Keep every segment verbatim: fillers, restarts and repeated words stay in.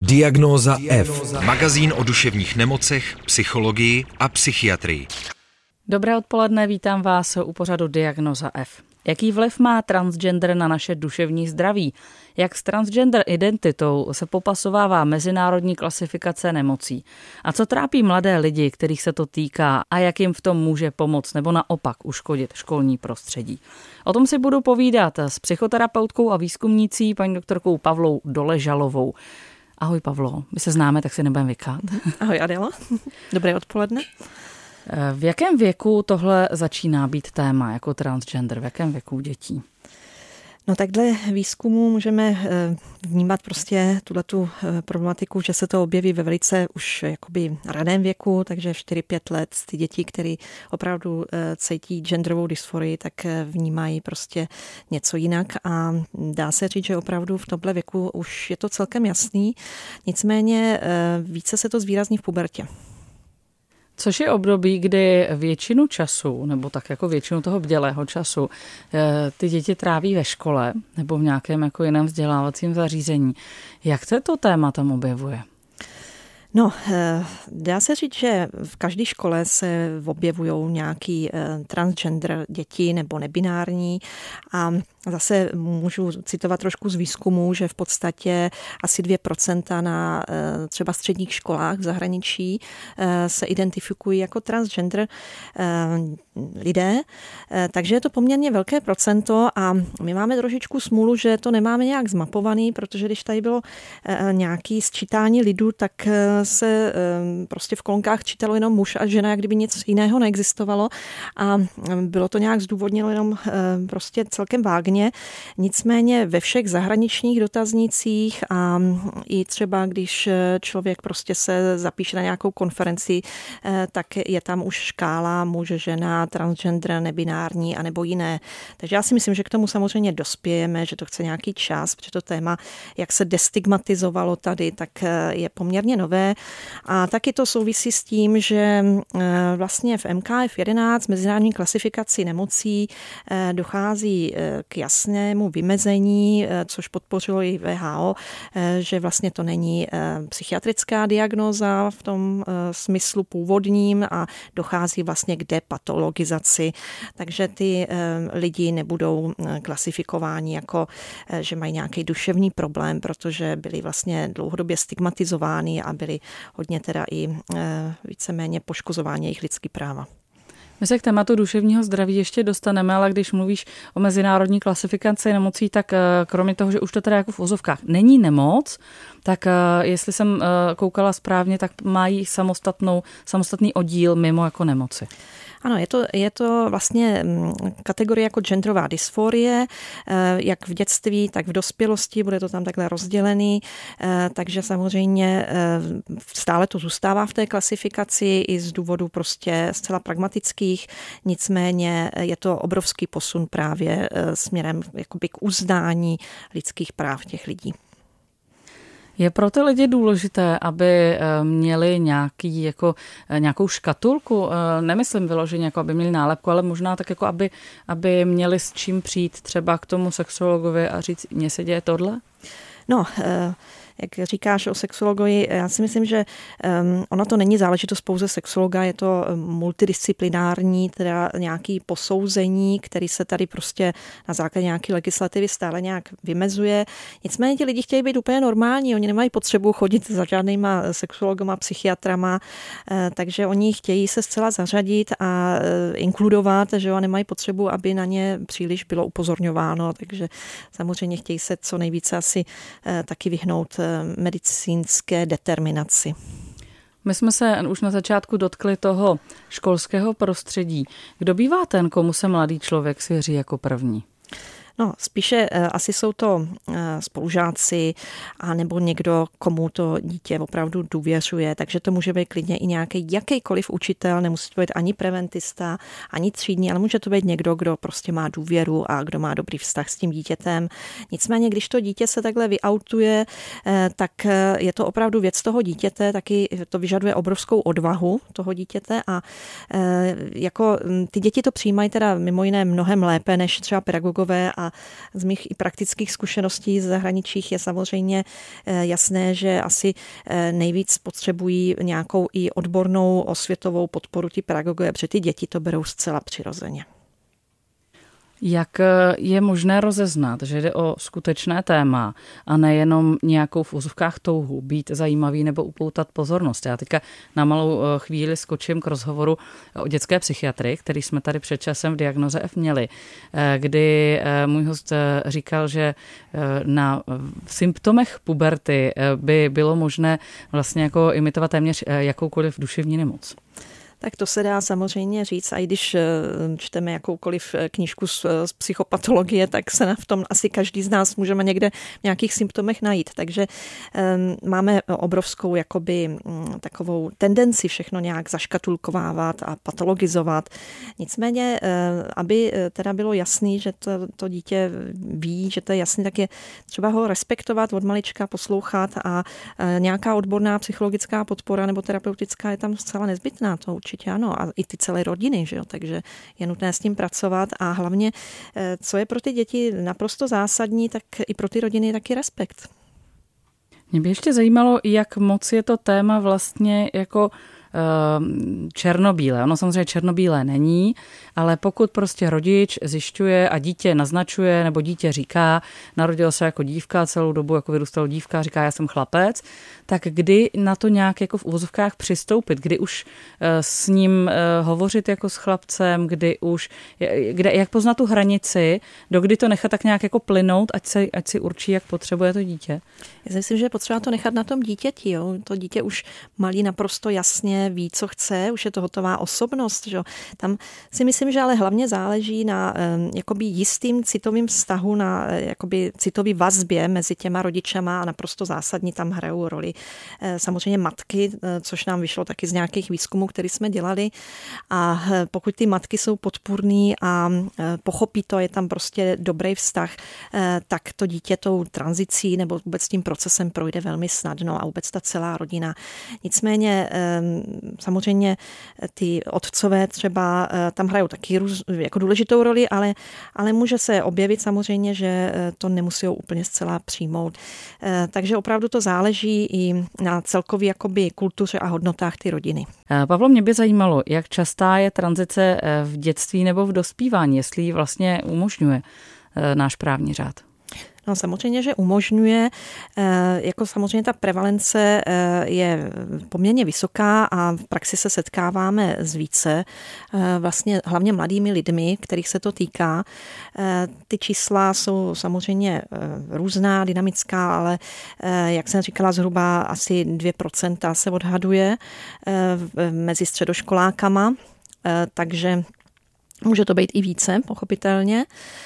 Diagnóza F. Magazín o duševních nemocech, psychologii a psychiatrii. Dobré odpoledne, vítám vás u pořadu Diagnóza F. Jaký vliv má transgender na naše duševní zdraví? Jak s transgender identitou se popasovává mezinárodní klasifikace nemocí? A co trápí mladé lidi, kterých se to týká, a jak jim v tom může pomoct nebo naopak uškodit školní prostředí? O tom si budu povídat s psychoterapeutkou a výzkumnící paní doktorkou Pavlou Doležalovou. Ahoj Pavlo, my se známe, tak si nebudeme vykát. Ahoj Adélo, dobré odpoledne. V jakém věku tohle začíná být téma jako transgender? V jakém věku dětí? No takhle výzkumu můžeme vnímat prostě tuhletu problematiku, že se to objeví ve velice už jakoby raném věku, takže čtyři pět let ty děti, které opravdu cítí genderovou dysforii, tak vnímají prostě něco jinak a dá se říct, že opravdu v tomhle věku už je to celkem jasný, nicméně více se to zvýrazní v pubertě. Což je období, kdy většinu času, nebo tak jako většinu toho bdělého času, ty děti tráví ve škole nebo v nějakém jako jiném vzdělávacím zařízení. Jak se to téma tam objevuje? No, dá se říct, že v každé škole se objevují nějaký transgender děti nebo nebinární a zase můžu citovat trošku z výzkumu, že v podstatě asi dvě procenta na třeba středních školách v zahraničí se identifikují jako transgender lidé, takže je to poměrně velké procento a my máme trošičku smůlu, že to nemáme nějak zmapovaný, protože když tady bylo nějaké sčítání lidu, tak se prostě v kolonkách čítalo jenom muž a žena, jak kdyby nic jiného neexistovalo a bylo to nějak zdůvodněno jenom prostě celkem vágně. Nicméně ve všech zahraničních dotaznících a i třeba když člověk prostě se zapíše na nějakou konferenci, tak je tam už škála muž, žena, transgender, nebinární a nebo jiné. Takže já si myslím, že k tomu samozřejmě dospějeme, že to chce nějaký čas, protože to téma, jak se destigmatizovalo tady, tak je poměrně nové. A taky to souvisí s tím, že vlastně v M K F jedenáct, mezinárodní klasifikaci nemocí, dochází k jasnému vymezení, což podpořilo i W H O, že vlastně to není psychiatrická diagnóza v tom smyslu původním a dochází vlastně k depatologizaci. Takže ty lidi nebudou klasifikováni jako, že mají nějaký duševní problém, protože byli vlastně dlouhodobě stigmatizováni a byli hodně teda i víceméně poškozováni jejich lidský práva. My se k tématu duševního zdraví ještě dostaneme, ale když mluvíš o mezinárodní klasifikaci nemocí, tak kromě toho, že už to teda jako v ozovkách není nemoc, tak jestli jsem koukala správně, tak mají samostatnou, samostatný oddíl mimo jako nemoci. Ano, je to, je to vlastně kategorie jako genderová dysforie, jak v dětství, tak v dospělosti, bude to tam takhle rozdělený, takže samozřejmě stále to zůstává v té klasifikaci i z důvodu prostě zcela pragmatických, nicméně je to obrovský posun právě směrem jakoby k uznání lidských práv těch lidí. Je pro ty lidi důležité, aby měli nějaký, jako, nějakou škatulku, nemyslím vyloženě, jako aby měli nálepku, ale možná tak, jako aby, aby měli s čím přijít třeba k tomu sexuologovi a říct, mně se děje tohle? No, jak říkáš o sexologii, já si myslím, že um, ono to není záležitost pouze sexologa, je to multidisciplinární, teda nějaký posouzení, který se tady prostě na základě nějaké legislativy stále nějak vymezuje. Nicméně ti lidi chtějí být úplně normální, oni nemají potřebu chodit za žádnýma sexologama, psychiatrama, takže oni chtějí se zcela zařadit a inkludovat, že jo, a nemají potřebu, aby na ně příliš bylo upozorňováno, takže samozřejmě chtějí se co nejvíce asi taky vyhnout medicínské determinaci. My jsme se už na začátku dotkli toho školského prostředí. Kdo bývá ten, komu se mladý člověk svěří jako první? No, spíše asi jsou to spolužáci a nebo někdo, komu to dítě opravdu důvěřuje, takže to může být klidně i nějaký jakýkoliv učitel, nemusí to být ani preventista, ani třídní, ale může to být někdo, kdo prostě má důvěru a kdo má dobrý vztah s tím dítětem. Nicméně, když to dítě se takhle vyautuje, tak je to opravdu věc toho dítěte, taky to vyžaduje obrovskou odvahu toho dítěte a jako ty děti to přijímají teda mimo jiné mnohem lépe než třeba pedagogové a a z mých i praktických zkušeností z zahraničích je samozřejmě jasné, že asi nejvíc potřebují nějakou i odbornou osvětovou podporu ti pedagogové, protože ty děti to berou zcela přirozeně. Jak je možné rozeznat, že jde o skutečné téma a nejenom nějakou v úzovkách touhu být zajímavý nebo upoutat pozornost? Já teďka na malou chvíli skočím k rozhovoru o dětské psychiatrii, který jsme tady před časem v Diagnoze F měli, kdy můj host říkal, že na symptomech puberty by bylo možné vlastně jako imitovat téměř jakoukoliv duševní nemoc. Tak to se dá samozřejmě říct, a i když čteme jakoukoliv knížku z, z psychopatologie, tak se v tom asi každý z nás můžeme někde v nějakých symptomech najít. Takže um, máme obrovskou jakoby um, takovou tendenci všechno nějak zaškatulkovávat a patologizovat. Nicméně, uh, aby teda bylo jasný, že to, to dítě ví, že to je jasný, tak je třeba ho respektovat od malička, poslouchat a uh, nějaká odborná psychologická podpora nebo terapeutická je tam zcela nezbytná. To určitě ano, a i ty celé rodiny, že jo? Takže je nutné s tím pracovat a hlavně, co je pro ty děti naprosto zásadní, tak i pro ty rodiny je taky respekt. Mě by ještě zajímalo, jak moc je to téma vlastně jako černobílé. Ono samozřejmě černobílé není, ale pokud prostě rodič zjišťuje a dítě naznačuje nebo dítě říká, narodil se jako dívka, celou dobu jako vyrůstal dívka, říká, já jsem chlapec, tak kdy na to nějak jako v uvozovkách přistoupit, kdy už s ním hovořit jako s chlapcem, kdy už, kde, jak poznat tu hranici, dokdy to nechat tak nějak jako plynout, ať, se, ať si určí, jak potřebuje to dítě? Já si myslím, že je potřeba to nechat na tom dítěti. Jo. To dítě už malý naprosto jasně ví, co chce, už je to hotová osobnost. Že? Tam si myslím, že ale hlavně záleží na um, jakoby jistým citovým vztahu, na uh, jakoby citový vazbě mezi těma rodičema a naprosto zásadní tam hrajou roli uh, samozřejmě matky, uh, což nám vyšlo taky z nějakých výzkumů, které jsme dělali. A uh, pokud ty matky jsou podpůrný a uh, pochopí to, je tam prostě dobrý vztah, uh, tak to dítě tou tranzicí nebo vůbec tím procesem projde velmi snadno a vůbec ta celá rodina. Nicméně um, samozřejmě ty otcové třeba tam hrajou taky růz, jako důležitou roli, ale, ale může se objevit samozřejmě, že to nemusí úplně zcela přijmout. Takže opravdu to záleží i na celkově jakoby kultuře a hodnotách ty rodiny. Pavlo, mě by zajímalo, jak častá je tranzice v dětství nebo v dospívání, jestli ji vlastně umožňuje náš právní řád. No samozřejmě, že umožňuje, jako samozřejmě ta prevalence je poměrně vysoká a v praxi se setkáváme s více, vlastně hlavně mladými lidmi, kterých se to týká. Ty čísla jsou samozřejmě různá, dynamická, ale jak jsem říkala, zhruba asi dvě procenta se odhaduje mezi středoškolákama, takže může to být i více, pochopitelně.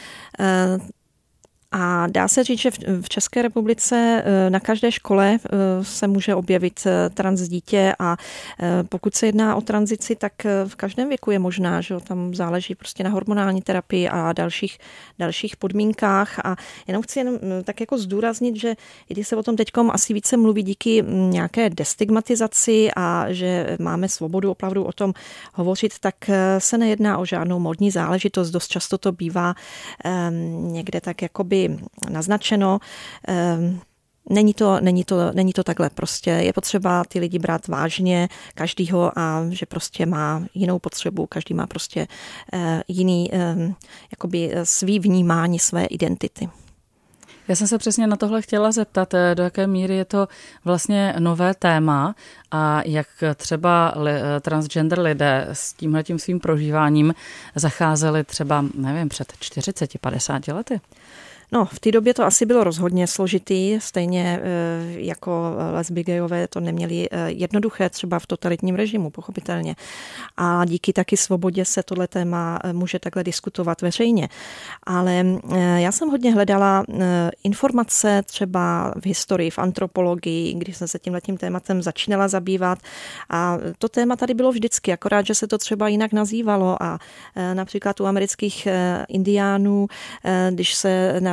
A dá se říct, že v České republice na každé škole se může objevit trans dítě a pokud se jedná o tranzici, tak v každém věku je možná, že tam záleží prostě na hormonální terapii a dalších, dalších podmínkách. A jenom chci jenom tak jako zdůraznit, že i když se o tom teďkom asi více mluví díky nějaké destigmatizaci a že máme svobodu opravdu o tom hovořit, tak se nejedná o žádnou módní záležitost. Dost často to bývá někde tak jakoby naznačeno. Není to, není to, není to takhle prostě. Je potřeba ty lidi brát vážně, každýho a že prostě má jinou potřebu, každý má prostě jiný jakoby svý vnímání své identity. Já jsem se přesně na tohle chtěla zeptat, do jaké míry je to vlastně nové téma a jak třeba transgender lidé s tímhletím svým prožíváním zacházeli třeba, nevím, před čtyřiceti padesáti lety. No, v té době to asi bylo rozhodně složitý, stejně jako lesby, gayové to neměli jednoduché třeba v totalitním režimu, pochopitelně. A díky taky svobodě se tohle téma může takhle diskutovat veřejně. Ale já jsem hodně hledala informace třeba v historii, v antropologii, když jsem se tímhletím tématem začínala zabývat. A to téma tady bylo vždycky, akorát, že se to třeba jinak nazývalo. A například u amerických indiánů, když se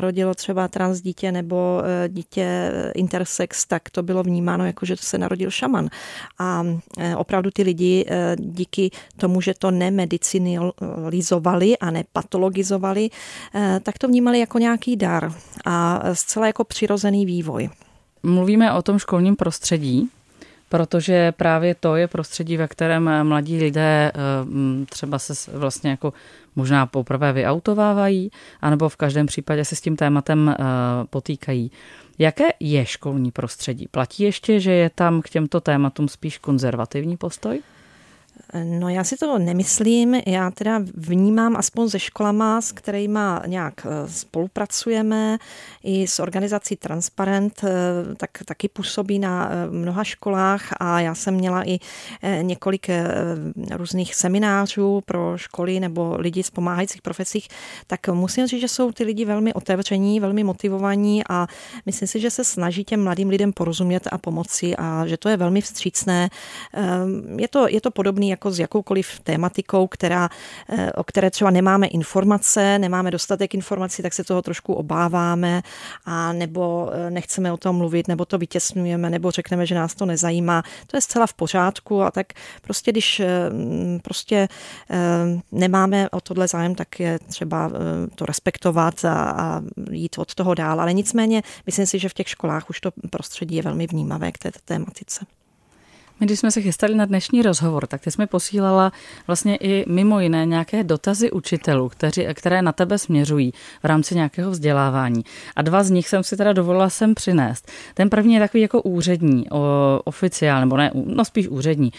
narodilo třeba trans dítě nebo dítě intersex, tak to bylo vnímáno jako, že to se narodil šaman. A opravdu ty lidi díky tomu, že to nemedicinalizovali a nepatologizovali, tak to vnímali jako nějaký dar a zcela jako přirozený vývoj. Mluvíme o tom školním prostředí, protože právě to je prostředí, ve kterém mladí lidé třeba se vlastně jako možná poprvé vyautovávají, anebo v každém případě se s tím tématem potýkají. Jaké je školní prostředí? Platí ještě, že je tam k těmto tématům spíš konzervativní postoj? No já si to nemyslím, já teda vnímám aspoň se školama, s kterými nějak spolupracujeme, i s organizací Transparent, tak taky působí na mnoha školách a já jsem měla i několik různých seminářů pro školy nebo lidi z pomáhajících profesích, tak musím říct, že jsou ty lidi velmi otevření, velmi motivovaní a myslím si, že se snaží těm mladým lidem porozumět a pomoci a že to je velmi vstřícné. Je to, je to podobné jako s jakoukoliv tématikou, která, o které třeba nemáme informace, nemáme dostatek informací, tak se toho trošku obáváme a nebo nechceme o tom mluvit, nebo to vytěsňujeme, nebo řekneme, že nás to nezajímá. To je zcela v pořádku a tak prostě, když prostě nemáme o tohle zájem, tak je třeba to respektovat a, a jít od toho dál. Ale nicméně myslím si, že v těch školách už to prostředí je velmi vnímavé k této tématice. My, když jsme se chystali na dnešní rozhovor, tak ty jsi mi posílala vlastně i mimo jiné nějaké dotazy učitelů, kteří, které na tebe směřují v rámci nějakého vzdělávání. A dva z nich jsem si teda dovolila sem přinést. Ten první je takový jako úřední, oficiál, nebo ne, no spíš úřední.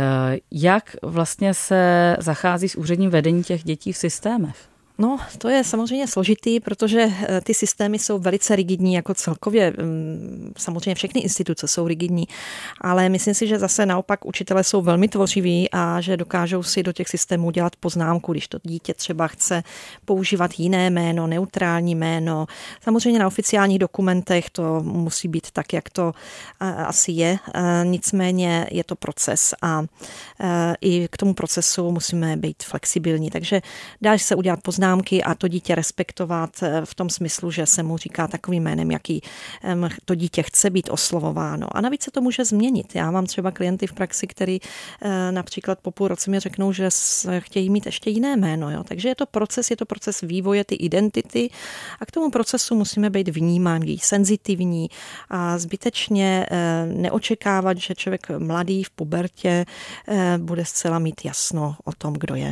Jak vlastně se zachází s úředním vedením těch dětí v systémech? No, to je samozřejmě složitý, protože ty systémy jsou velice rigidní, jako celkově. Samozřejmě všechny instituce jsou rigidní, ale myslím si, že zase naopak učitelé jsou velmi tvořiví a že dokážou si do těch systémů dělat poznámku, když to dítě třeba chce používat jiné jméno, neutrální jméno. Samozřejmě na oficiálních dokumentech to musí být tak, jak to asi je. Nicméně je to proces a i k tomu procesu musíme být flexibilní. Takže dá se udělat poznámku a to dítě respektovat v tom smyslu, že se mu říká takovým jménem, jaký to dítě chce být oslovováno. A navíc se to může změnit. Já mám třeba klienty v praxi, který například po půl roce mi řeknou, že chtějí mít ještě jiné jméno. Jo. Takže je to proces, je to proces vývoje ty identity a k tomu procesu musíme být vnímaví, senzitivní a zbytečně neočekávat, že člověk mladý v pubertě bude zcela mít jasno o tom, kdo je.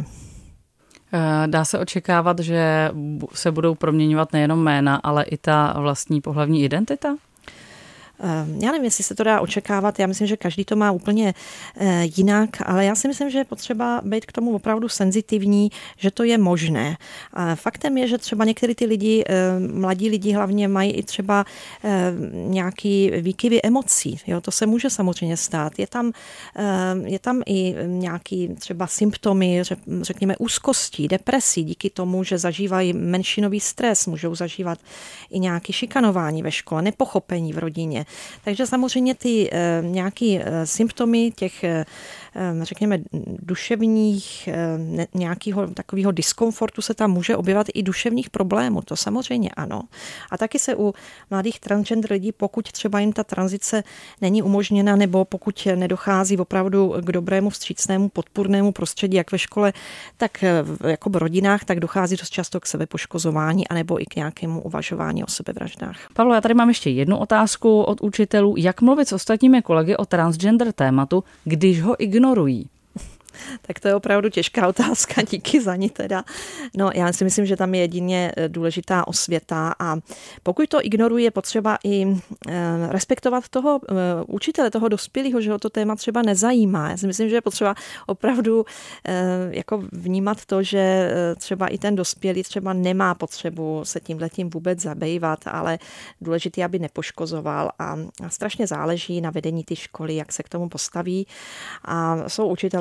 Dá se očekávat, že se budou proměňovat nejenom jména, ale i ta vlastní pohlavní identita? Já nevím, jestli se to dá očekávat, já myslím, že každý to má úplně jinak, ale já si myslím, že je potřeba být k tomu opravdu senzitivní, že to je možné. Faktem je, že třeba některý ty lidi, mladí lidi hlavně mají i třeba nějaký výkyvy emocí. Jo, to se může samozřejmě stát. Je tam, je tam i nějaký třeba symptomy, řekněme úzkostí, depresí, díky tomu, že zažívají menšinový stres, můžou zažívat i nějaké šikanování ve škole, nepochopení v rodině. Takže samozřejmě ty e, nějaké e, symptomy těch, e, řekněme, duševních, e, ne, nějakého takového diskomfortu se tam může objevovat i duševních problémů. To samozřejmě ano. A taky se u mladých transgender lidí, pokud třeba jim ta tranzice není umožněna, nebo pokud nedochází opravdu k dobrému vstřícnému podpůrnému prostředí, jak ve škole, tak jako v rodinách, tak dochází dost často k sebepoškozování anebo i k nějakému uvažování o sebevraždách. Pavlo, já tady mám ještě jednu otázku od učitelů. Jak mluvit s ostatními kolegy o transgender tématu, když ho ignorují? Tak to je opravdu těžká otázka, díky za ní teda. No, já si myslím, že tam je jedině důležitá osvěta a pokud to ignoruje, je potřeba i respektovat toho učitele, toho dospělého, že ho to téma třeba nezajímá. Já si myslím, že je potřeba opravdu jako vnímat to, že třeba i ten dospělý třeba nemá potřebu se tímhletím vůbec zabývat, ale důležitý, aby nepoškozoval a strašně záleží na vedení té školy, jak se k tomu postaví. A jsou učitelé, který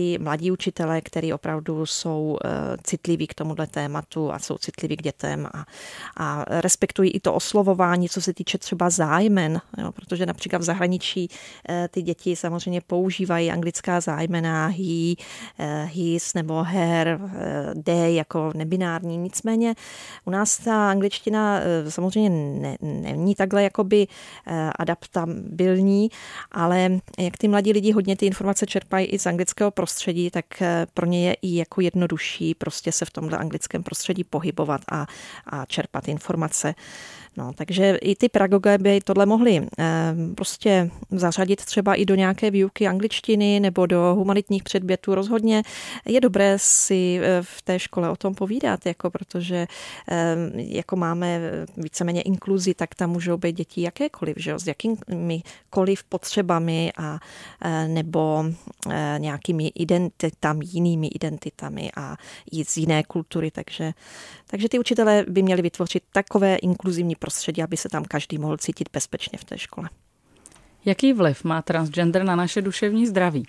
i mladí učitelé, kteří opravdu jsou citliví k tomuhle tématu a jsou citliví k dětem a, a respektují i to oslovování, co se týče třeba zájmen, jo, protože například v zahraničí ty děti samozřejmě používají anglická zájmena he, his nebo her, they jako nebinární. Nicméně u nás ta angličtina samozřejmě ne, není takhle jakoby adaptabilní, ale jak ty mladí lidi hodně ty informace čerpají i z anglického prostředí, tak pro ně je i jako jednodušší prostě se v tomhle anglickém prostředí pohybovat a, a čerpat informace. No, takže i ty pedagogové by tohle mohli eh, prostě zařadit třeba i do nějaké výuky angličtiny nebo do humanitních předmětů. Rozhodně je dobré si v té škole o tom povídat, jako protože eh, jako máme víceméně inkluzi, tak tam můžou být děti jakékoliv, že jo, s jakýmikoliv potřebami a eh, nebo eh, nějakými identitami, jinými identitami a i z jiné kultury, takže, takže ty učitelé by měli vytvořit takové inkluzivní prostředí, aby se tam každý mohl cítit bezpečně v té škole. Jaký vliv má transgender na naše duševní zdraví?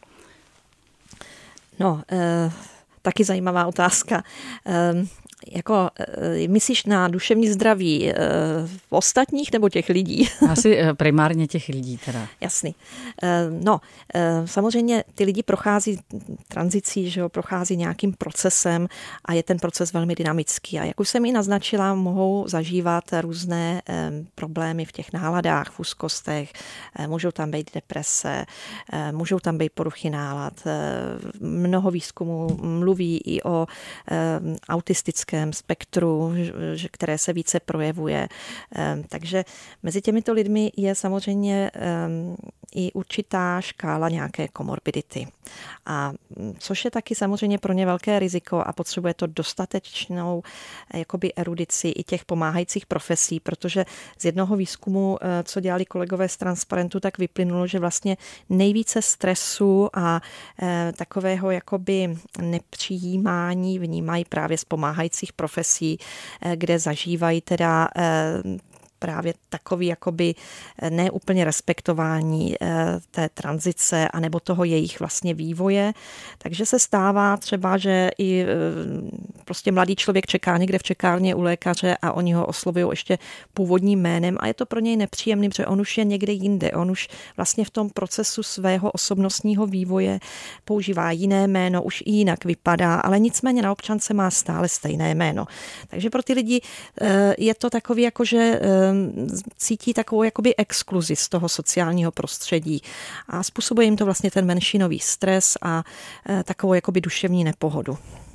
No, eh, taky zajímavá otázka. Eh, jako, eh, myslíš na duševní zdraví eh, ostatních nebo těch lidí? Asi primárně těch lidí teda. Jasný. Eh, no, eh, samozřejmě ty lidi prochází tranzicí, že jo, prochází nějakým procesem a je ten proces velmi dynamický. A jak už jsem i naznačila, mohou zažívat různé eh, problémy v těch náladách, v úzkostech, eh, můžou tam být deprese, eh, můžou tam být poruchy nálad. Eh, mnoho výzkumů mluví i o eh, autistickém spektru, které se více projevuje. Takže mezi těmito lidmi je samozřejmě i určitá škála nějaké komorbidity. A což je taky samozřejmě pro ně velké riziko a potřebuje to dostatečnou jakoby erudici i těch pomáhajících profesí, protože z jednoho výzkumu, co dělali kolegové z Transparentu, tak vyplynulo, že vlastně nejvíce stresu a takového jakoby nepřijímání vnímají právě z pomáhajících profesí, kde zažívají teda právě takový jakoby neúplně respektování té tranzice anebo toho jejich vlastně vývoje. Takže se stává třeba, že i prostě mladý člověk čeká někde v čekárně u lékaře a oni ho oslovují ještě původním jménem a je to pro něj nepříjemný, protože on už je někde jinde. On už vlastně v tom procesu svého osobnostního vývoje používá jiné jméno, už i jinak vypadá, ale nicméně na občance má stále stejné jméno. Takže pro ty lidi je to takový jako, že cítí takovou jakoby exkluzi z toho sociálního prostředí a způsobuje jim to vlastně ten menšinový stres a takovou jakoby duševní nepohodu.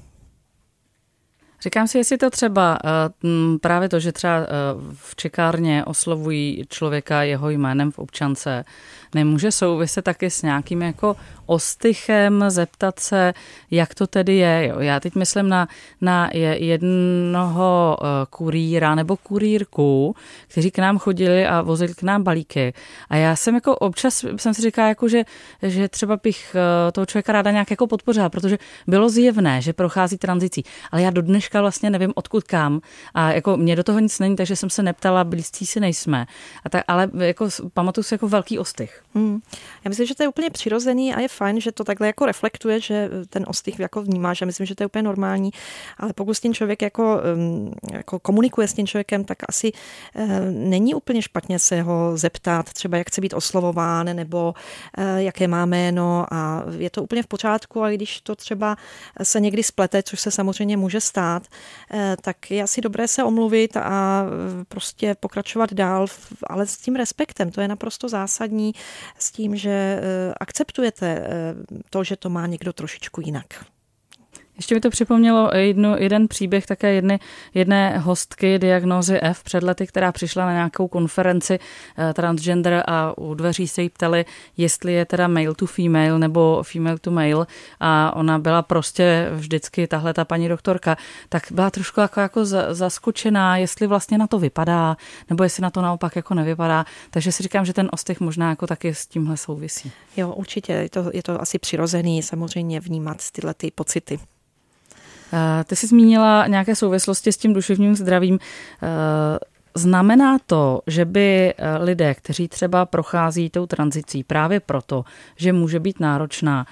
Říkám si, jestli to třeba právě to, že třeba v čekárně oslovují člověka jeho jménem v občance, nemůže souviset taky s nějakým jako ostychem, zeptat se, jak to tedy je. Jo. Já teď myslím na, na jednoho kurýra nebo kurýrku, kteří k nám chodili a vozili k nám balíky. A já jsem jako občas jsem si říkala, jako, že, že třeba bych toho člověka ráda nějak jako podpořila, protože bylo zjevné, že prochází tranzicí. Ale já do dneška vlastně nevím, odkud kam. A jako mě do toho nic není, takže jsem se neptala, blízcí si nejsme. A tak, ale jako pamatuju si jako velký ostych. Hmm. Já myslím, že to je úplně přirozený a je fajn, že to takhle jako reflektuje, že ten ostych jako vnímáš. Já myslím, že to je úplně normální, ale pokud s tím člověk jako, jako komunikuje s tím člověkem, tak asi není úplně špatně se ho zeptat, třeba jak chce být oslovován, nebo jaké má jméno a je to úplně v pořádku, ale když to třeba se někdy splete, což se samozřejmě může stát, tak je asi dobré se omluvit a prostě pokračovat dál, ale s tím respektem. To je naprosto zásadní, s tím, že akceptujete to, že to má někdo trošičku jinak. Ještě mi to připomnělo jednu, jeden příběh také jedny, jedné hostky diagnózy F před lety, která přišla na nějakou konferenci eh, transgender a u dveří se jí ptali, jestli je teda male to female nebo female to male a ona byla prostě vždycky tahle ta paní doktorka, tak byla trošku jako, jako zaskočená, jestli vlastně na to vypadá nebo jestli na to naopak jako nevypadá. Takže si říkám, že ten ostych možná jako taky s tímhle souvisí. Jo, určitě. Je to, je to asi přirozený samozřejmě vnímat tyhle ty pocity. Ty jsi zmínila nějaké souvislosti s tím duševním zdravím. Znamená to, že by lidé, kteří třeba prochází tou tranzicí právě proto, že může být náročná,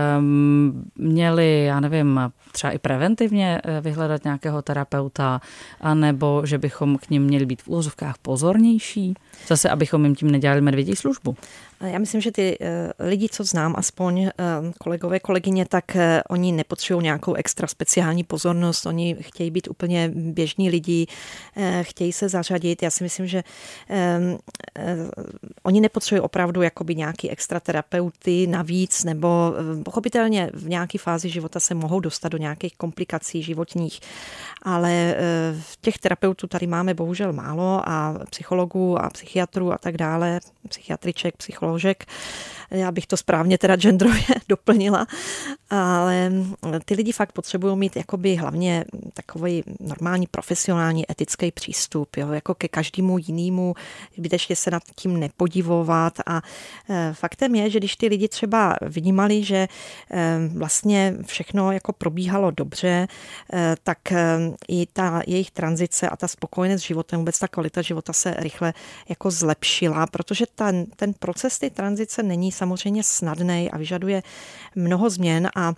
měli, já nevím, třeba i preventivně vyhledat nějakého terapeuta, anebo že bychom k nim měli být v úvozovkách pozornější? Zase, abychom jim tím nedělali medvědí službu. Já myslím, že ty lidi, co znám, aspoň kolegové, kolegyně, tak oni nepotřebují nějakou extra speciální pozornost, oni chtějí být úplně běžní lidi, chtějí se zařadit. Já si myslím, že um, um, oni nepotřebují opravdu jakoby nějaký extra terapeuty navíc, nebo um, pochopitelně v nějaké fázi života se mohou dostat do nějakých komplikací životních, ale uh, těch terapeutů tady máme bohužel málo a psychologů a psychiatrů a tak dále, psychiatriček, psychologů, já bych to správně teda genderově doplnila, ale ty lidi fakt potřebují mít jakoby hlavně takový normální profesionální etický přístup, jo, jako ke každému jinému, zbytečně se nad tím nepodivovat a faktem je, že když ty lidi třeba vnímali, že vlastně všechno jako probíhalo dobře, tak i ta jejich tranzice a ta spokojenost s životem, vůbec ta kvalita života se rychle jako zlepšila, protože ten, ten proces ty tranzice není samozřejmě snadný a vyžaduje mnoho změn a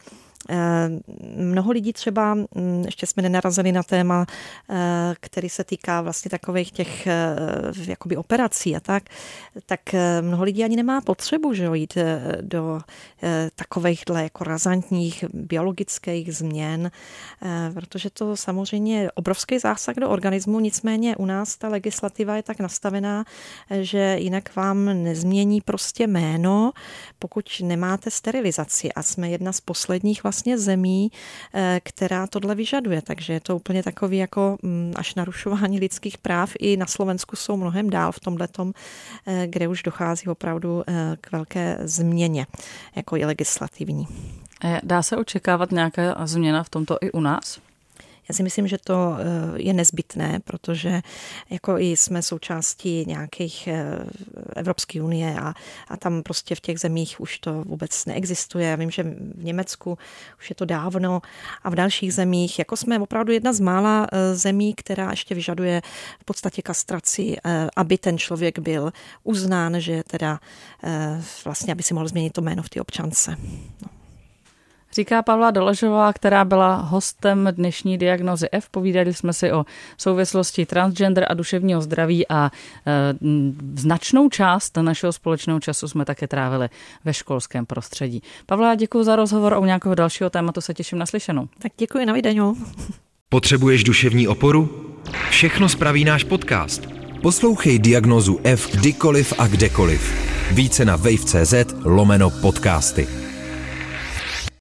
mnoho lidí třeba, ještě jsme nenarazili na téma, který se týká vlastně takových těch jakoby operací a tak, tak mnoho lidí ani nemá potřebu, že jo, jít do takovýchhle jako razantních biologických změn, protože to samozřejmě je obrovský zásah do organismu, nicméně u nás ta legislativa je tak nastavená, že jinak vám nezmění prostě jméno, pokud nemáte sterilizaci a jsme jedna z posledních vlastně zemí, která tohle vyžaduje. Takže je to úplně takový jako až narušování lidských práv. I na Slovensku jsou mnohem dál v tomhletom, kde už dochází opravdu k velké změně, jako i legislativní. Dá se očekávat nějaká změna v tomto i u nás? Já si myslím, že to je nezbytné, protože jako i jsme součástí nějakých Evropské unie a, a tam prostě v těch zemích už to vůbec neexistuje. Já vím, že v Německu už je to dávno a v dalších zemích, jako jsme opravdu jedna z mála zemí, která ještě vyžaduje v podstatě kastraci, aby ten člověk byl uznán, že teda vlastně, aby si mohl změnit to jméno v té občance. No. Říká Pavla Doležová, která byla hostem dnešní Diagnózy F. Povídali jsme si o souvislosti transgender a duševního zdraví a e, značnou část našeho společného času jsme také trávili ve školském prostředí. Pavla, děkuji za rozhovor, a u nějakého dalšího tématu se těším na slyšenou. Tak děkuji, na viděnou. Potřebuješ duševní oporu? Všechno spraví náš podcast. Poslouchej Diagnózu F kdykoliv a kdekoliv. Více na wave tečka cz lomeno podcasty.